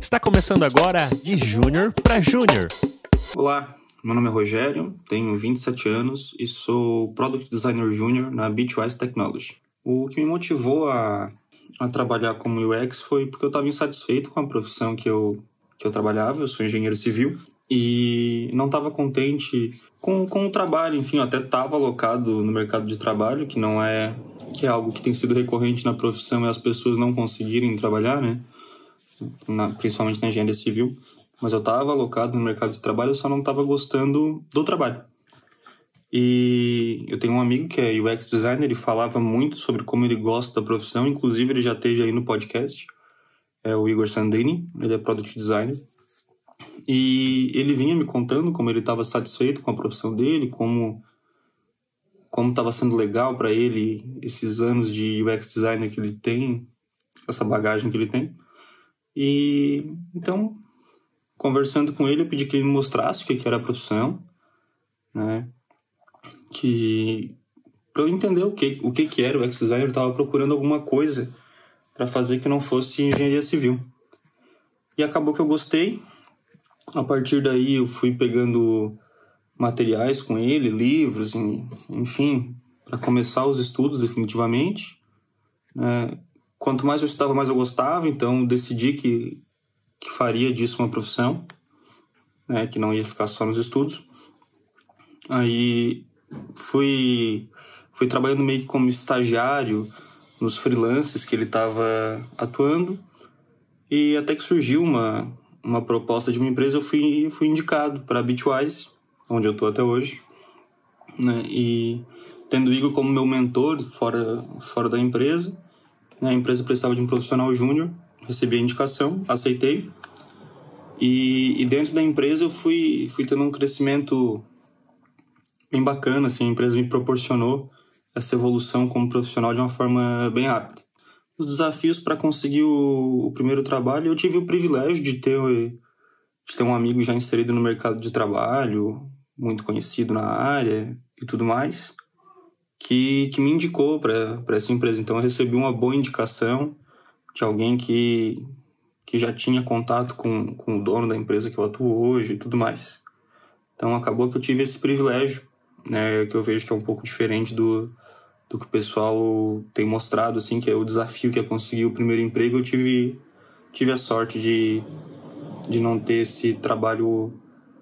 Está começando agora de Júnior para Júnior. Olá, meu nome é Rogério, tenho 27 anos e sou Product Designer Júnior na Bitwise Technology. O que me motivou a trabalhar como UX foi porque eu estava insatisfeito com a profissão que eu trabalhava. Eu sou engenheiro civil e não estava contente com o trabalho. Enfim, eu até estava alocado no mercado de trabalho, que é algo que tem sido recorrente na profissão, é as pessoas não conseguirem trabalhar, né? Principalmente na engenharia civil. Mas eu estava alocado no mercado de trabalho, eu só não estava gostando do trabalho. E eu tenho um amigo que é UX designer, ele falava muito sobre como ele gosta da profissão, inclusive ele já esteve aí no podcast, é o Igor Sandrini, ele é Product Designer. E ele vinha me contando como ele estava satisfeito com a profissão dele, como estava sendo legal para ele esses anos de UX designer que ele tem, essa bagagem que ele tem. E então, conversando com ele, eu pedi que ele me mostrasse o que era a profissão, né? Para eu entender o que era o UX designer, eu estava procurando alguma coisa para fazer que não fosse engenharia civil. E acabou que eu gostei. A partir daí eu fui pegando materiais com ele, livros, enfim, para começar os estudos definitivamente. Quanto mais eu estudava, mais eu gostava, então decidi que faria disso uma profissão, né, que não ia ficar só nos estudos. Aí fui trabalhando meio que como estagiário nos freelances que ele estava atuando, e até que surgiu uma proposta de uma empresa. Eu fui indicado para a Bitwise, onde eu estou até hoje, né? E tendo o Igor como meu mentor fora da empresa, né? A empresa precisava de um profissional júnior, recebi a indicação, aceitei, e dentro da empresa eu fui tendo um crescimento bem bacana, assim. A empresa me proporcionou essa evolução como profissional de uma forma bem rápida. Os desafios para conseguir o primeiro trabalho, eu tive o privilégio de ter um amigo já inserido no mercado de trabalho, muito conhecido na área e tudo mais, que me indicou para essa empresa. Então eu recebi uma boa indicação de alguém que já tinha contato com o dono da empresa que eu atuo hoje e tudo mais. Então acabou que eu tive esse privilégio, né, que eu vejo que é um pouco diferente do que o pessoal tem mostrado, assim, que é o desafio que é conseguir o primeiro emprego. Eu tive a sorte de não ter esse trabalho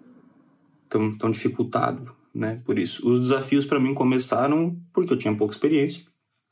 tão dificultado, né, por isso. Os desafios para mim começaram porque eu tinha pouca experiência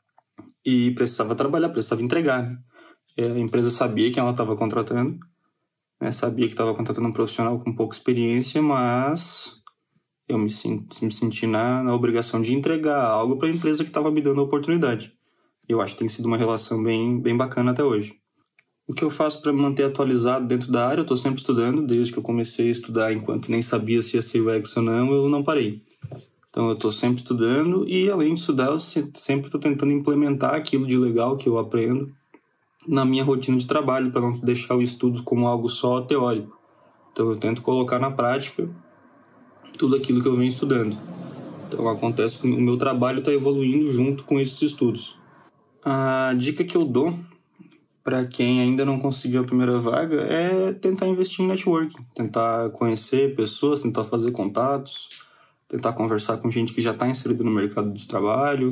e precisava trabalhar, precisava entregar, né? A empresa sabia quem ela estava contratando, né, sabia que estava contratando um profissional com pouca experiência, mas eu me senti na obrigação de entregar algo para a empresa que estava me dando a oportunidade. Eu acho que tem sido uma relação bem, bem bacana até hoje. O que eu faço para me manter atualizado dentro da área? Eu estou sempre estudando. Desde que eu comecei a estudar, enquanto nem sabia se ia ser UX ou não, eu não parei. Então eu estou sempre estudando, e além de estudar, eu sempre estou tentando implementar aquilo de legal que eu aprendo na minha rotina de trabalho, para não deixar o estudo como algo só teórico. Então eu tento colocar na prática tudo aquilo que eu venho estudando. Então acontece que o meu trabalho está evoluindo junto com esses estudos. A dica que eu dou para quem ainda não conseguiu a primeira vaga é tentar investir em networking, tentar conhecer pessoas, tentar fazer contatos, tentar conversar com gente que já está inserida no mercado de trabalho,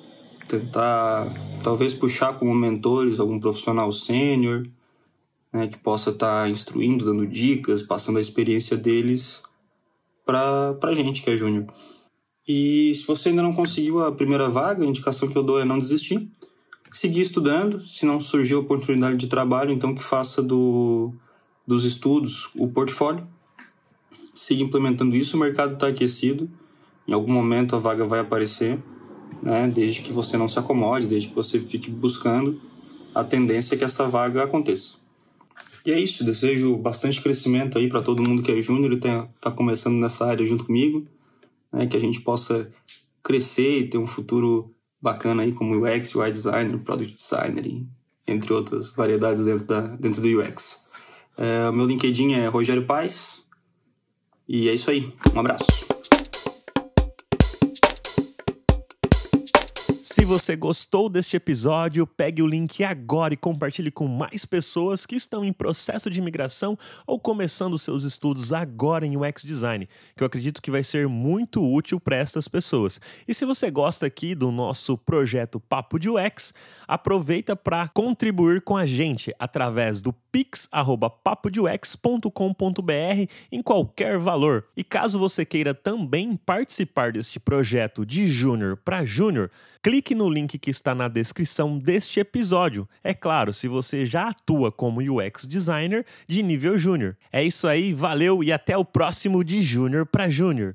tentar talvez puxar como mentores algum profissional sênior, né, que possa estar instruindo, dando dicas, passando a experiência deles para gente que é júnior. E se você ainda não conseguiu a primeira vaga, a indicação que eu dou é não desistir, seguir estudando. Se não surgiu a oportunidade de trabalho, então que faça dos estudos o portfólio, siga implementando isso. O mercado está aquecido, em algum momento a vaga vai aparecer, né? Desde que você não se acomode, desde que você fique buscando, a tendência é que essa vaga aconteça. E é isso, desejo bastante crescimento aí para todo mundo que é júnior e está começando nessa área junto comigo, né, que a gente possa crescer e ter um futuro bacana aí como UX, UI Designer, Product Designer, entre outras variedades dentro do UX. O meu LinkedIn é Rogério Paes, e é isso aí, um abraço. Se você gostou deste episódio, pegue o link agora e compartilhe com mais pessoas que estão em processo de migração ou começando seus estudos agora em UX Design, que eu acredito que vai ser muito útil para estas pessoas. E se você gosta aqui do nosso projeto Papo de UX, aproveita para contribuir com a gente através do pix@papodeux.com.br em qualquer valor. E caso você queira também participar deste projeto de júnior para júnior, clique no link que está na descrição deste episódio. É claro, se você já atua como UX designer de nível júnior. É isso aí, valeu e até o próximo de Júnior para Júnior.